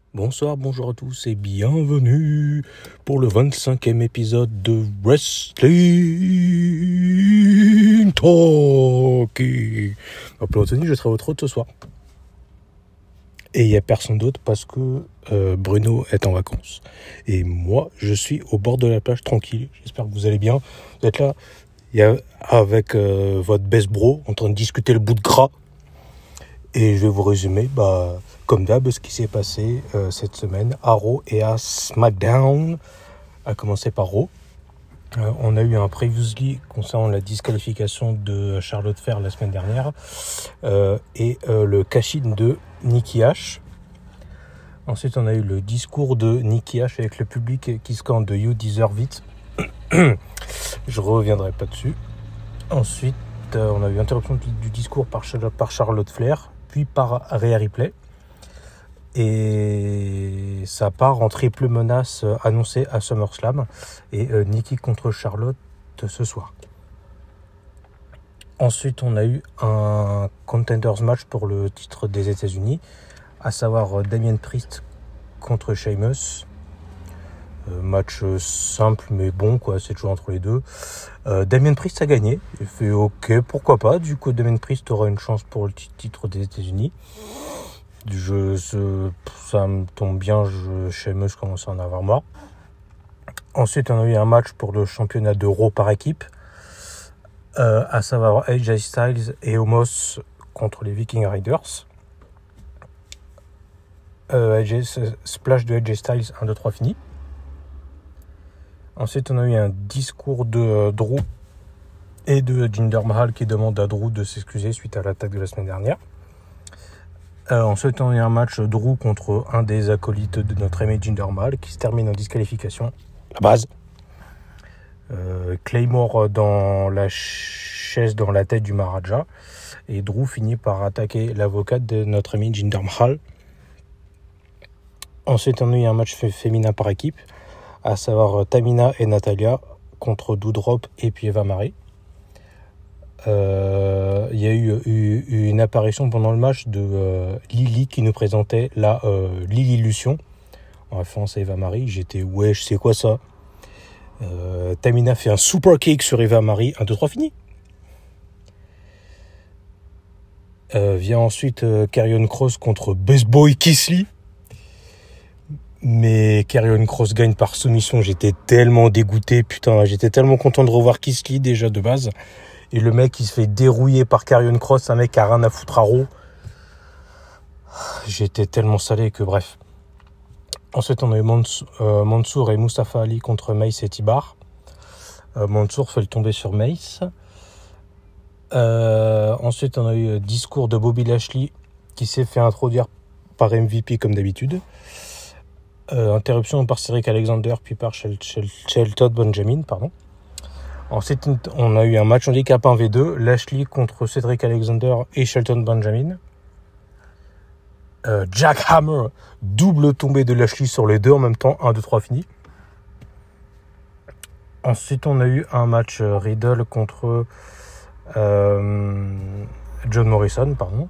Bonsoir, bonjour à tous et bienvenue pour le 25e épisode de Wrestling Talkie. Appelez Anthony, je serai votre hôte ce soir. Et il n'y a personne d'autre parce que Bruno est en vacances. Et moi, je suis au bord de la plage tranquille. J'espère que vous allez bien. Vous êtes là avec votre best bro en train de discuter le bout de gras. Et je vais vous résumer, comme d'hab, ce qui s'est passé cette semaine à Raw et à SmackDown. À commencer par Raw. On a eu un previously concernant la disqualification de Charlotte Flair la semaine dernière et le cash-in de Nikki Ash. Ensuite, on a eu le discours de Nikki Ash avec le public qui scande You Deserve It. Je reviendrai pas dessus. Ensuite, on a eu interruption du discours par Charlotte Flair, puis par Rhea Ripley. Et ça part en triple menace annoncée à SummerSlam. Et Nikki contre Charlotte ce soir. Ensuite, on a eu un Contenders match pour le titre des États-Unis, à savoir Damien Priest contre Sheamus. Match simple mais bon, quoi, c'est toujours entre les deux. Damien Priest a gagné. Il fait ok, pourquoi pas. Du coup, Damien Priest aura une chance pour le titre des États-Unis. Ça me tombe bien, Sheamus commence à en avoir marre. Ensuite, on a eu un match pour le championnat de Raw par équipe, à savoir AJ Styles et Omos contre les Viking Raiders. Splash de AJ Styles, 1, 2, 3, fini. Ensuite, on a eu un discours de Drew et de Jinder Mahal qui demande à Drew de s'excuser suite à l'attaque de la semaine dernière. Ensuite, on a eu un match Drew contre un des acolytes de notre ami Jinder Mahal qui se termine en disqualification. La base. Claymore dans la chaise dans la tête du Maharaja. Et Drew finit par attaquer l'avocate de notre ami Jinder Mahal. Ensuite, on a eu un match féminin par équipe, à savoir Tamina et Natalia contre Doudrop et puis Eva Marie. Il y a eu une apparition pendant le match de Lily qui nous présentait la Lily-lution en référence à Eva Marie. J'étais wesh, c'est quoi ça? Tamina fait un super kick sur Eva Marie, 1, 2, 3, fini. Vient ensuite Karrion Kross contre Best Boy Keith Lee. Mais Karrion Kross gagne par soumission. J'étais tellement dégoûté, putain, j'étais tellement content de revoir Keith Lee déjà de base. Et le mec, il se fait dérouiller par Karrion Kross, un mec qui a rien à foutre à Raw. J'étais tellement salé que bref. Ensuite, on a eu Mansour et Mustafa Ali contre Mace et T-Bar. Mansour fait le tomber sur Mace. Ensuite, on a eu discours de Bobby Lashley qui s'est fait introduire par MVP comme d'habitude. Interruption par Cedric Alexander puis par Shelton Benjamin, pardon. Ensuite, on a eu un match handicap 1v2, Lashley contre Cedric Alexander et Shelton Benjamin. Jack Hammer, double tombée de Lashley sur les deux en même temps, 1, 2, 3, fini. Ensuite, on a eu un match Riddle contre John Morrison, pardon.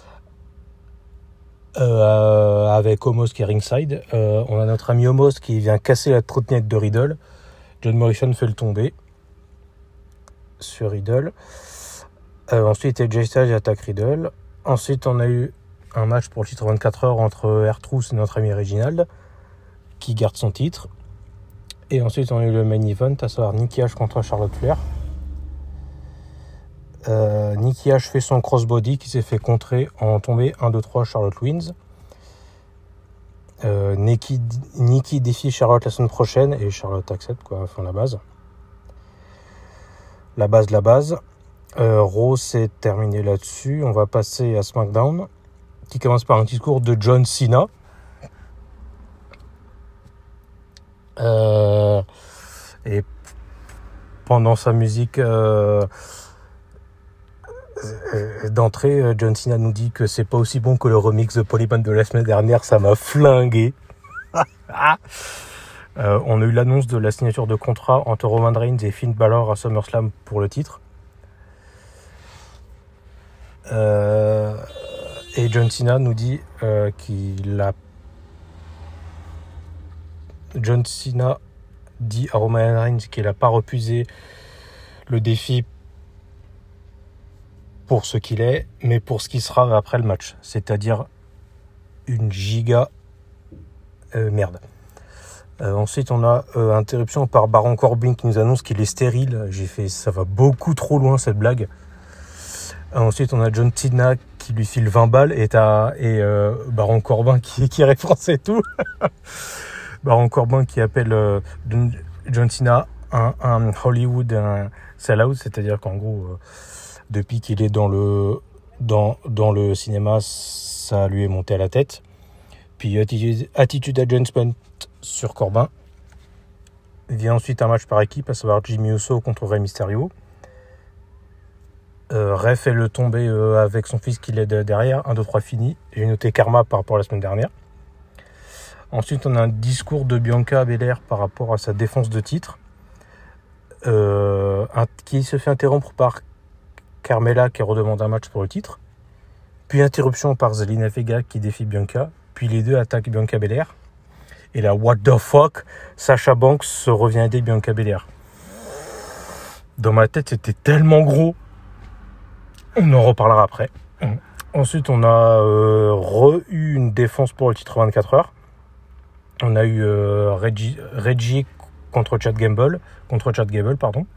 Avec Omos qui est ringside. On a notre ami Omos qui vient casser la trottinette de Riddle. John Morrison fait le tomber sur Riddle. Ensuite, AJ Styles attaque Riddle. Ensuite, on a eu un match pour le titre 24 heures entre R-Truth et notre ami Reginald qui garde son titre. Et ensuite, on a eu le main event, à savoir Nikki Ash contre Charlotte Flair. Nikki Ash fait son crossbody qui s'est fait contrer en tombée 1, 2, 3, Charlotte wins. Nikki défie Charlotte la semaine prochaine et Charlotte accepte, quoi, enfin la base. La base. Raw s'est terminé là-dessus. On va passer à SmackDown qui commence par un discours de John Cena. Et pendant sa musique d'entrée, John Cena nous dit que c'est pas aussi bon que le remix de Polyman de la semaine dernière. Ça m'a flingué. On a eu l'annonce de la signature de contrat entre Roman Reigns et Finn Balor à SummerSlam pour le titre. Et John Cena nous dit qu'il a John Cena dit à Roman Reigns qu'il n'a pas refusé le défi pour ce qu'il est, mais pour ce qui sera après le match, c'est-à-dire une giga merde. Ensuite, on a interruption par Baron Corbin qui nous annonce qu'il est stérile. J'ai fait, ça va beaucoup trop loin cette blague. Ensuite, on a John Cena qui lui file 20 balles et Baron Corbin qui référence et tout. Baron Corbin qui appelle John Cena un Hollywood, un sell-out, c'est-à-dire qu'en gros, depuis qu'il est dans le cinéma, ça lui est monté à la tête. Puis attitude adjustment sur Corbin. Vient ensuite un match par équipe, à savoir Jimmy Uso contre Rey Mysterio. Rey fait le tomber avec son fils qui l'aide derrière. 1, 2, 3 fini. J'ai noté karma par rapport à la semaine dernière. Ensuite, on a un discours de Bianca Belair par rapport à sa défense de titre. Qui se fait interrompre par Carmella qui redemande un match pour le titre. Puis interruption par Zelina Vega qui défie Bianca. Puis les deux attaquent Bianca Belair. Et là, what the fuck, Sasha Banks se revient aider Bianca Belair. Dans ma tête, c'était tellement gros. On en reparlera après. Ensuite, on a eu une défense pour le titre 24 heures. On a eu Reggie contre Chad Gable, pardon.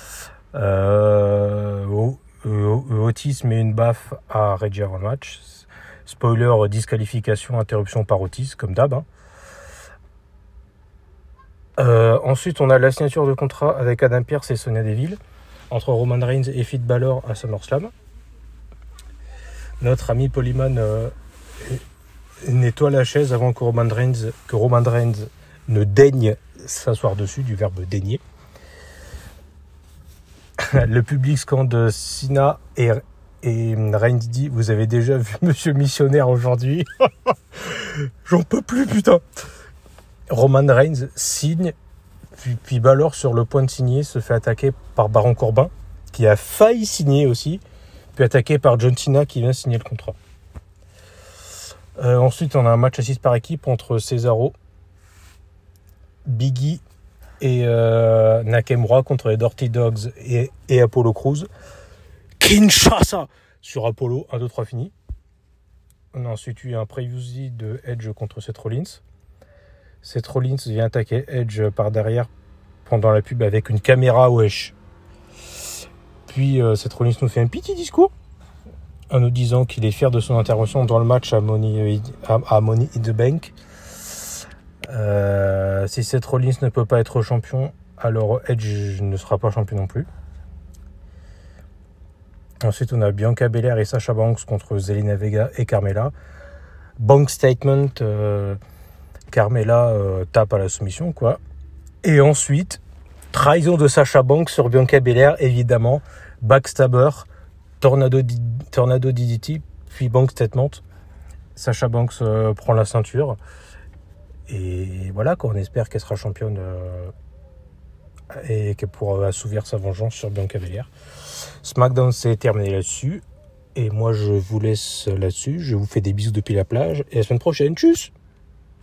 Otis met une baffe à Reggie avant le match. Spoiler, disqualification, interruption par Otis, comme d'hab. Ensuite, on a la signature de contrat avec Adam Pearce et Sonya Deville entre Roman Reigns et Finn Balor à SummerSlam. Notre ami Polyman nettoie la chaise avant que Roman Reigns ne daigne s'asseoir dessus, du verbe daigner. Le public scande Cena et Reigns dit: vous avez déjà vu Monsieur Missionnaire aujourd'hui? J'en peux plus, putain. Roman Reigns signe, puis Balor, sur le point de signer, se fait attaquer par Baron Corbin, qui a failli signer aussi, puis attaqué par John Cena qui vient signer le contrat. Ensuite, on a un match à 6 par équipe entre Cesaro, Big E et Nakamura contre les Dirty Dogs et Apollo Crews. Kinshasa sur Apollo, 1, 2, 3 fini. On a ensuite eu un preview de Edge contre Seth Rollins. Seth Rollins vient attaquer Edge par derrière pendant la pub avec une caméra wesh. Puis Seth Rollins nous fait un petit discours en nous disant qu'il est fier de son intervention dans le match à Money in the Bank. Si Seth Rollins ne peut pas être champion, alors Edge ne sera pas champion non plus. Ensuite, on a Bianca Belair et Sasha Banks contre Zelina Vega et Carmella. Bank statement, Carmella tape à la soumission, quoi. Et ensuite, trahison de Sasha Banks sur Bianca Belair, évidemment. Backstabber, Tornado DDT, puis Bank statement. Sasha Banks prend la ceinture. Et voilà, quoi, on espère qu'elle sera championne et qu'elle pourra assouvir sa vengeance sur Bianca Belair. SmackDown s'est terminé là-dessus. Et moi, je vous laisse là-dessus. Je vous fais des bisous depuis la plage. Et à la semaine prochaine. Tchuss!